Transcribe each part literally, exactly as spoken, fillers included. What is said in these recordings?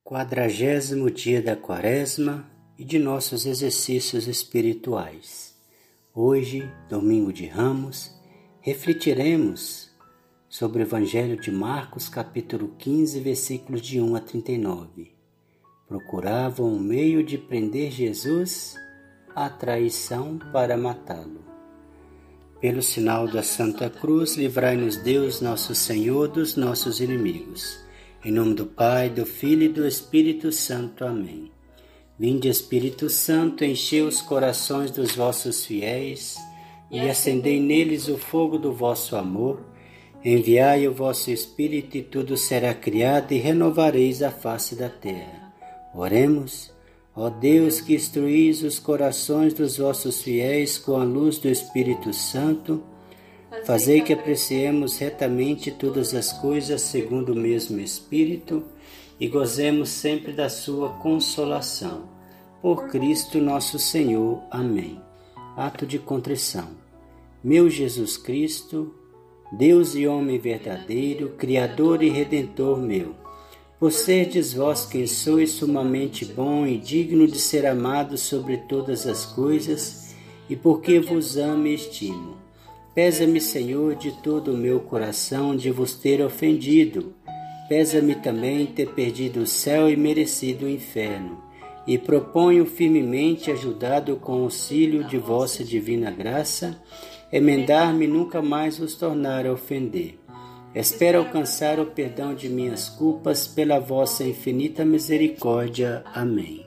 Quadragésimo dia da Quaresma e de nossos exercícios espirituais. Hoje, domingo de Ramos, refletiremos sobre o Evangelho de Marcos, capítulo quinze, versículos de um a trinta e nove. Procuravam um meio de prender Jesus à traição para matá-lo. Pelo sinal da Santa Cruz, livrai-nos Deus, nosso Senhor, dos nossos inimigos. Em nome do Pai, do Filho e do Espírito Santo. Amém. Vinde, Espírito Santo, enchei os corações dos vossos fiéis e acendei neles o fogo do vosso amor. Enviai o vosso Espírito e tudo será criado e renovareis a face da terra. Oremos. Ó Deus, que instruís os corações dos vossos fiéis com a luz do Espírito Santo, fazei que apreciemos retamente todas as coisas segundo o mesmo Espírito e gozemos sempre da sua consolação. Por Cristo nosso Senhor. Amém. Ato de contrição. Meu Jesus Cristo, Deus e homem verdadeiro, Criador e Redentor meu, por serdes vós quem sois sumamente bom e digno de ser amado sobre todas as coisas, e porque vos amo e estimo, pesa-me, Senhor, de todo o meu coração de vos ter ofendido. Pesa-me também ter perdido o céu e merecido o inferno. E proponho firmemente, ajudado com o auxílio de vossa divina graça, emendar-me e nunca mais vos tornar a ofender. Espero alcançar o perdão de minhas culpas pela vossa infinita misericórdia. Amém.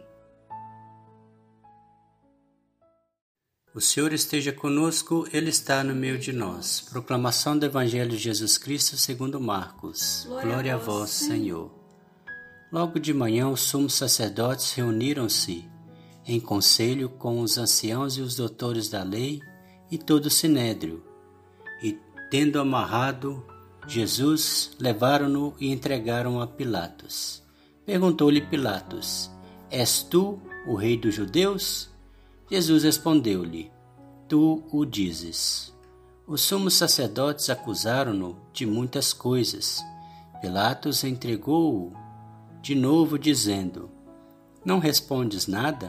O Senhor esteja conosco, Ele está no meio de nós. Proclamação do Evangelho de Jesus Cristo segundo Marcos. Glória, Glória a vós, Senhor. Logo de manhã os sumos sacerdotes reuniram-se em conselho com os anciãos e os doutores da lei e todo o sinédrio. E, tendo amarrado Jesus, levaram-no e entregaram a Pilatos. Perguntou-lhe Pilatos: És tu o rei dos judeus? Jesus respondeu-lhe: Tu o dizes. Os sumos sacerdotes acusaram-no de muitas coisas. Pilatos entregou-o de novo, dizendo: Não respondes nada?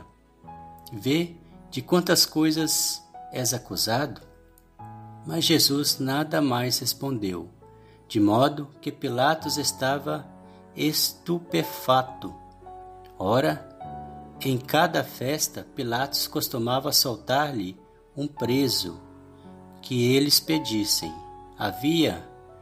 Vê de quantas coisas és acusado? Mas Jesus nada mais respondeu, de modo que Pilatos estava estupefato. Ora, em cada festa, Pilatos costumava soltar-lhe um preso que eles pedissem. Havia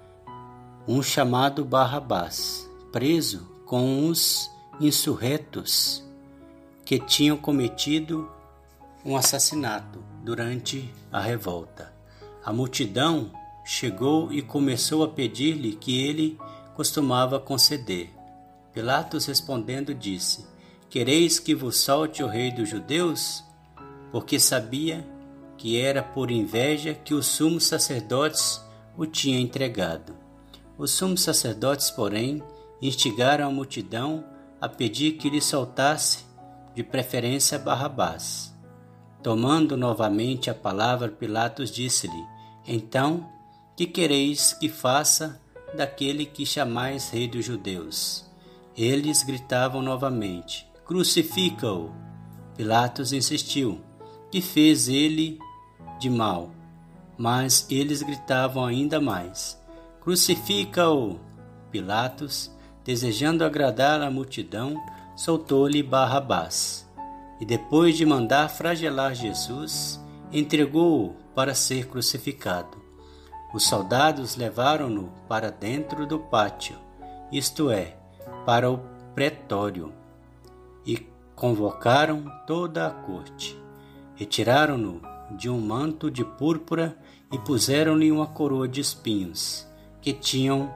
um chamado Barrabás, preso com os insurretos que tinham cometido um assassinato durante a revolta. A multidão chegou e começou a pedir-lhe que ele costumava conceder. Pilatos respondendo disse: Quereis que vos solte o rei dos judeus? Porque sabia que era por inveja que os sumos sacerdotes o tinham entregado. Os sumos sacerdotes, porém, instigaram a multidão a pedir que lhe soltasse, de preferência, Barrabás. Tomando novamente a palavra, Pilatos disse-lhe: Então, que quereis que faça daquele que chamais rei dos judeus? Eles gritavam novamente: Crucifica-o! Pilatos insistiu: Que fez ele de mal? Mas eles gritavam ainda mais: Crucifica-o! Pilatos, desejando agradar a multidão, soltou-lhe Barrabás. E depois de mandar flagelar Jesus, entregou-o para ser crucificado. Os soldados levaram-no para dentro do pátio, isto é, para o pretório, e convocaram toda a corte. Retiraram-no de um manto de púrpura e puseram-lhe uma coroa de espinhos, que tinham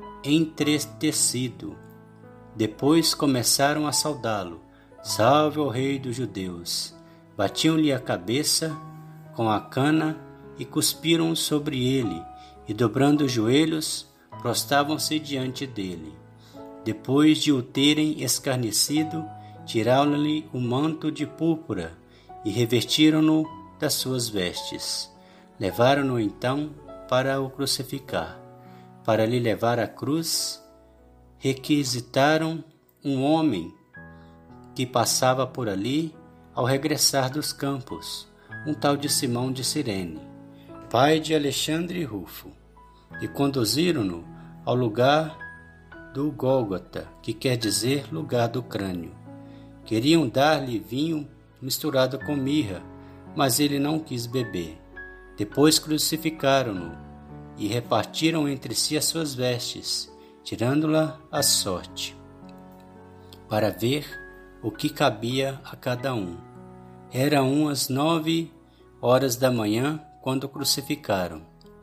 entretecido. Depois começaram a saudá-lo: Salve o rei dos judeus! Batiam-lhe a cabeça com a cana e cuspiram sobre ele, e dobrando os joelhos, prostravam-se diante dele. Depois de o terem escarnecido, tiraram-lhe o manto de púrpura e revestiram-no das suas vestes. Levaram-no então para o crucificar. Para lhe levar a cruz, requisitaram um homem que passava por ali ao regressar dos campos, um tal de Simão de Cirene, pai de Alexandre e Rufo, e conduziram-no ao lugar do Gólgota, que quer dizer lugar do crânio. Queriam dar-lhe vinho misturado com mirra, mas ele não quis beber. Depois crucificaram-no e repartiram entre si as suas vestes, tirando-la à sorte, para ver o que cabia a cada um. Eram umas nove horas da manhã quando crucificaram.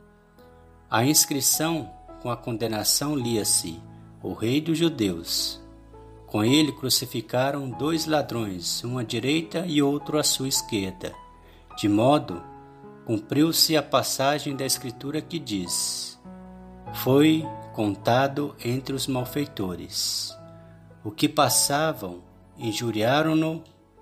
A inscrição com a condenação lia-se: o Rei dos Judeus. Com ele crucificaram dois ladrões, um à direita e outro à sua esquerda. De modo, cumpriu-se a passagem da Escritura que diz: foi contado entre os malfeitores. O que passavam injuriaram-no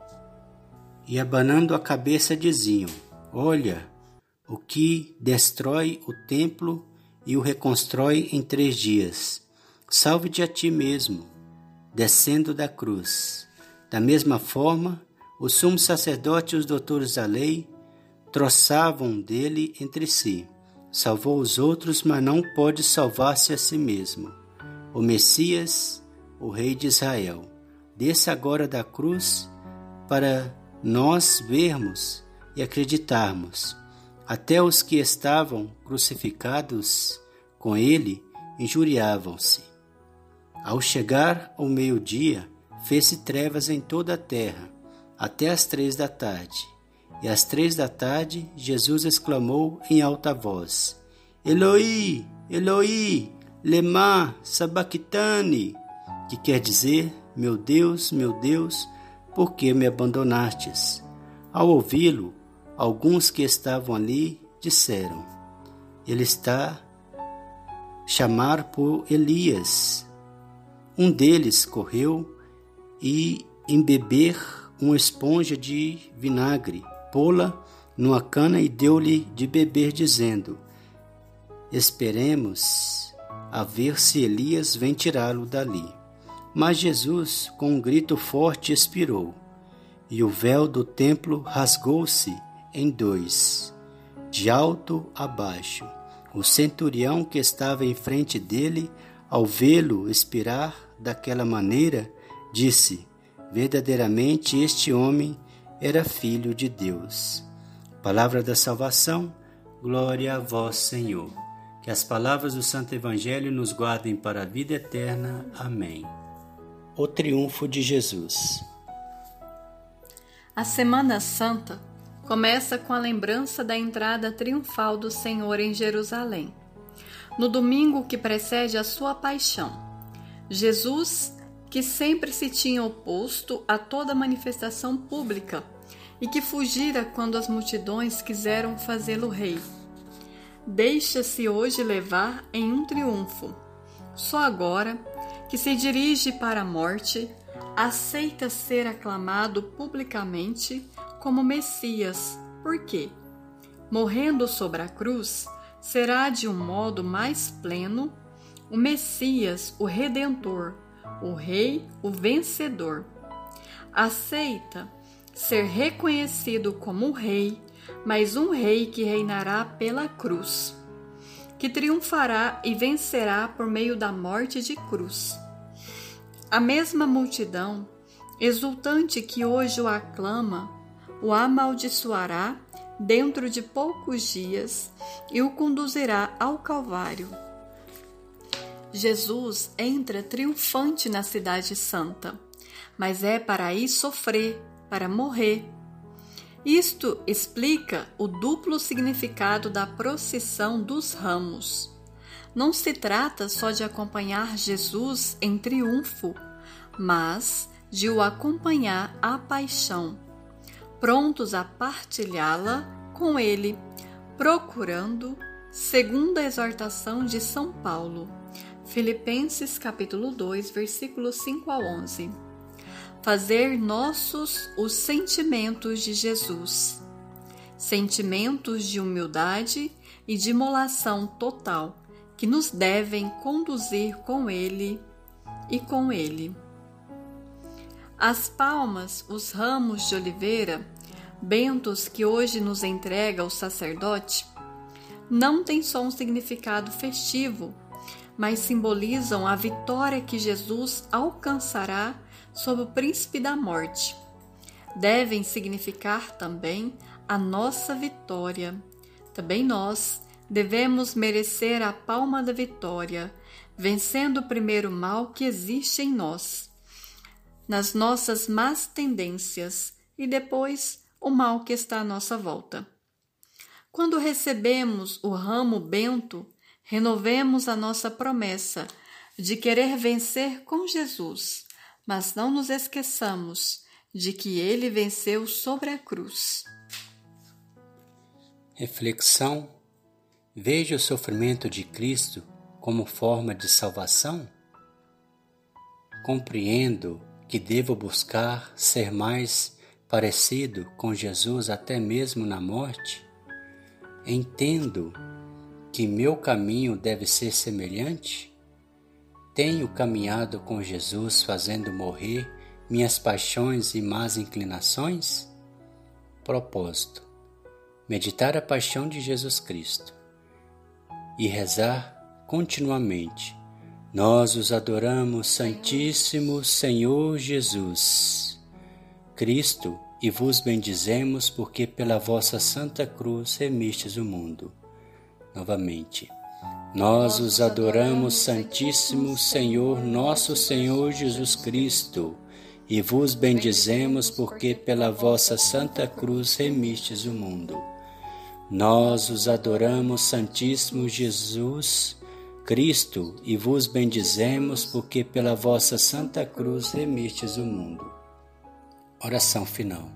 e, abanando a cabeça, diziam: olha, o que destrói o templo e o reconstrói em três dias. Salve-te a ti mesmo, descendo da cruz. Da mesma forma, o sumo sacerdote e os doutores da lei troçavam dele entre si. Salvou os outros, mas não pode salvar-se a si mesmo. O Messias, o Rei de Israel, desça agora da cruz para nós vermos e acreditarmos. Até os que estavam crucificados com ele injuriavam-se. Ao chegar o meio-dia, fez-se trevas em toda a terra, até às três da tarde. E às três da tarde, Jesus exclamou em alta voz: Eloi, Eloi, lema sabachthani, que quer dizer: meu Deus, meu Deus, por que me abandonastes? Ao ouvi-lo, alguns que estavam ali disseram: ele está a chamar por Elias. Um deles correu e, embeber uma esponja de vinagre, pô-la numa cana e deu-lhe de beber, dizendo: esperemos a ver se Elias vem tirá-lo dali. Mas Jesus, com um grito forte, expirou, e o véu do templo rasgou-se em dois, de alto a baixo. O centurião que estava em frente dele, ao vê-lo expirar daquela maneira, disse: verdadeiramente este homem era filho de Deus. Palavra da salvação, glória a vós, Senhor. Que as palavras do Santo Evangelho nos guardem para a vida eterna. Amém. O triunfo de Jesus. A Semana Santa começa com a lembrança da entrada triunfal do Senhor em Jerusalém, no domingo que precede a sua paixão. Jesus, que sempre se tinha oposto a toda manifestação pública e que fugira quando as multidões quiseram fazê-lo rei, deixa-se hoje levar em um triunfo. Só agora que se dirige para a morte, aceita ser aclamado publicamente como Messias. Por quê? Morrendo sobre a cruz, será de um modo mais pleno o Messias, o Redentor, o Rei, o Vencedor. Aceita ser reconhecido como Rei, mas um Rei que reinará pela cruz, que triunfará e vencerá por meio da morte de cruz. A mesma multidão, exultante que hoje o aclama, o amaldiçoará dentro de poucos dias e o conduzirá ao Calvário. Jesus entra triunfante na Cidade Santa, mas é para ir sofrer, para morrer. Isto explica o duplo significado da procissão dos ramos. Não se trata só de acompanhar Jesus em triunfo, mas de o acompanhar à paixão, prontos a partilhá-la com ele, procurando, segundo a exortação de São Paulo, Filipenses capítulo dois, versículos cinco a onze, fazer nossos os sentimentos de Jesus, sentimentos de humildade e de imolação total, que nos devem conduzir com Ele e com Ele. As palmas, os ramos de oliveira, bentos que hoje nos entrega o sacerdote, não têm só um significado festivo, mas simbolizam a vitória que Jesus alcançará sobre o príncipe da morte. Devem significar também a nossa vitória. Também nós devemos merecer a palma da vitória, vencendo o primeiro mal que existe em nós, nas nossas más tendências, e depois o mal que está à nossa volta. Quando recebemos o ramo bento, renovemos a nossa promessa de querer vencer com Jesus, mas não nos esqueçamos de que ele venceu sobre a cruz. Reflexão: veja o sofrimento de Cristo como forma de salvação? Compreendo que devo buscar ser mais parecido com Jesus até mesmo na morte? Entendo que meu caminho deve ser semelhante? Tenho caminhado com Jesus fazendo morrer minhas paixões e más inclinações? Propósito: meditar a paixão de Jesus Cristo e rezar continuamente: nós os adoramos, Santíssimo Senhor Jesus Cristo, e vos bendizemos porque pela vossa Santa Cruz remistes o mundo. Novamente: nós os adoramos, Santíssimo Senhor nosso Senhor Jesus Cristo, e vos bendizemos porque pela vossa Santa Cruz remistes o mundo. Nós os adoramos, Santíssimo Jesus Cristo, e vos bendizemos porque pela vossa Santa Cruz remistes o mundo. Oração final.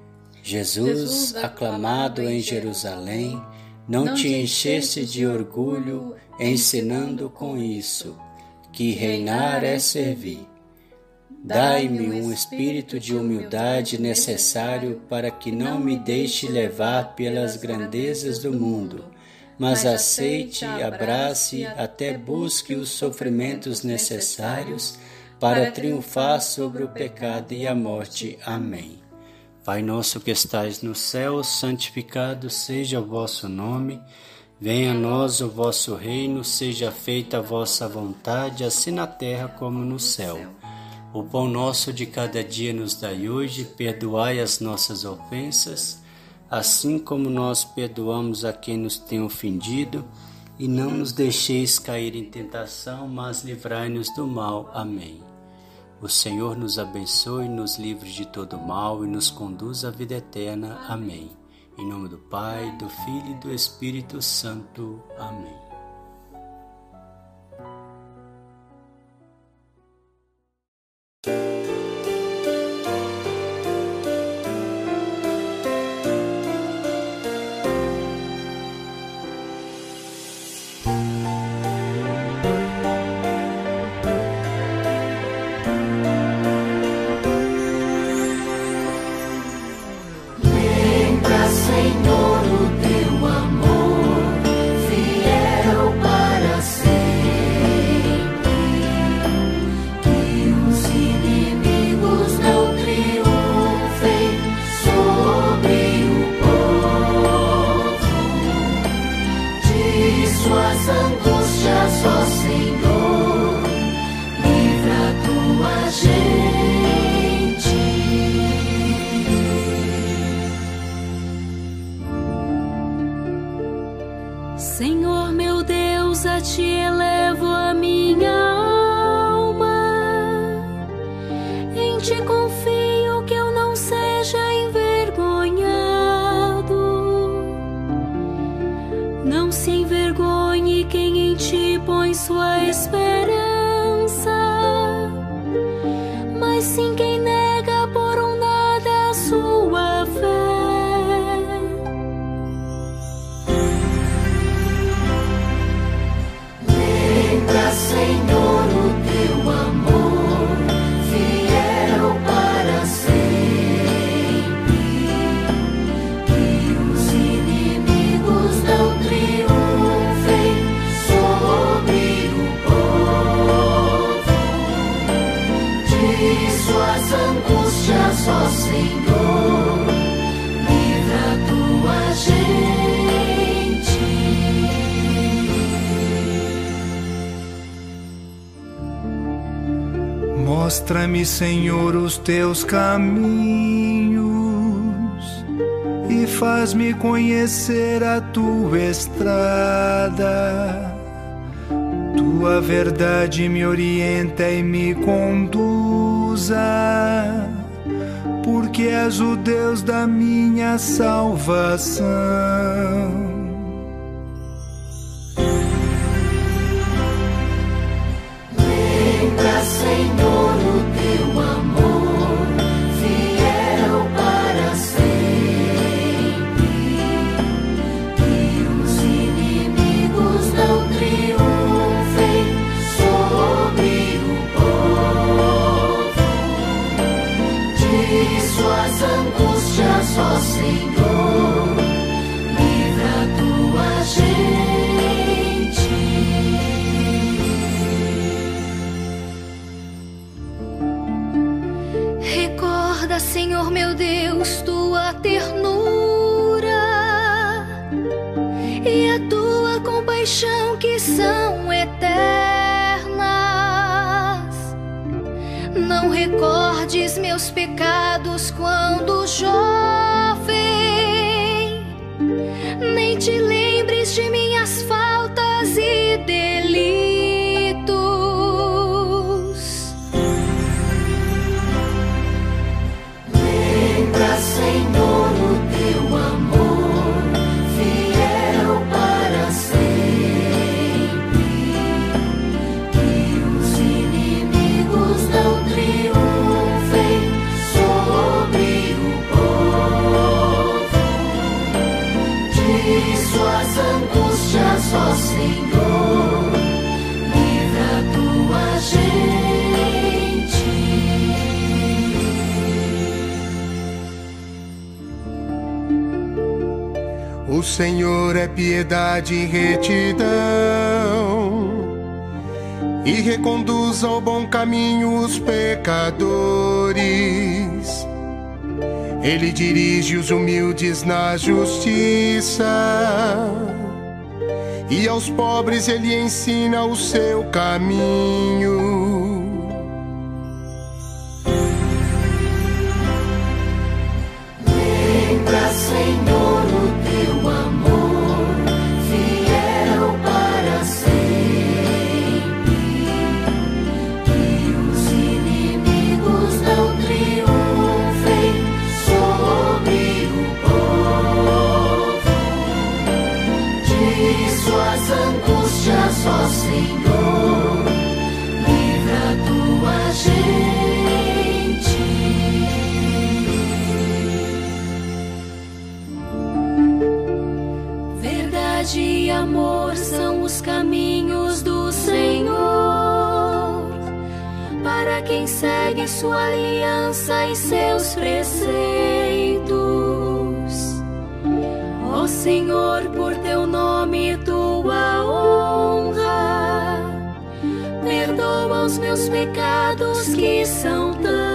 Jesus, aclamado em Jerusalém, não te encheste de orgulho, ensinando com isso que reinar é servir. Dai-me um espírito de humildade necessário para que não me deixe levar pelas grandezas do mundo, mas aceite, abrace, até busque os sofrimentos necessários para triunfar sobre o pecado e a morte. Amém. Pai nosso que estais no céu, santificado seja o vosso nome. Venha a nós o vosso reino, seja feita a vossa vontade, assim na terra como no céu. O pão nosso de cada dia nos dai hoje, perdoai as nossas ofensas, assim como nós perdoamos a quem nos tem ofendido, e não nos deixeis cair em tentação, mas livrai-nos do mal. Amém. O Senhor nos abençoe, nos livre de todo mal e nos conduz à vida eterna. Amém. Em nome do Pai, do Filho e do Espírito Santo. Amém. Senhor meu Deus, a ti elevo a minha alma, em ti confio que eu não seja envergonhado. Não se envergonhe quem em ti põe sua esperança, mas sim quem nega por um nada a sua fé. Senhor, o teu amor, fiel para sempre, que os inimigos não triunfem sobre o povo, de suas angústias. Mostra-me, Senhor, os teus caminhos e faz-me conhecer a tua estrada. Tua verdade me orienta e me conduza, porque és o Deus da minha salvação. Lembra, Senhor, o teu amor, fiel para sempre, que os inimigos não triunfem sobre o povo. De suas angústias, ó Senhor, livra a tua gente. Recorda, Senhor meu Deus, tua ternura e a tua compaixão que são eternas. Não recordes meus pecados quando jovem, nem te lembres de minhas faltas e delitos. Lembra, Senhor, o teu amor, fiel para sempre, que os inimigos não triunfem sobre o povo. De suas angústias, ó Senhor, livra a tua gente. O Senhor é piedade e retidão, e reconduz ao bom caminho os pecadores. Ele dirige os humildes na justiça, e aos pobres ele ensina o seu caminho. Lembra, Senhor, o teu amor, fiel para sempre, que os inimigos não triunfem sobre o povo. De suas angústias, ó Senhor, livra a tua gente. Verdade e amor são os caminhos do Senhor, para quem segue sua aliança e seus preceitos. Ó Senhor, por teu nome e tua honra, perdoa os meus pecados que são tantos.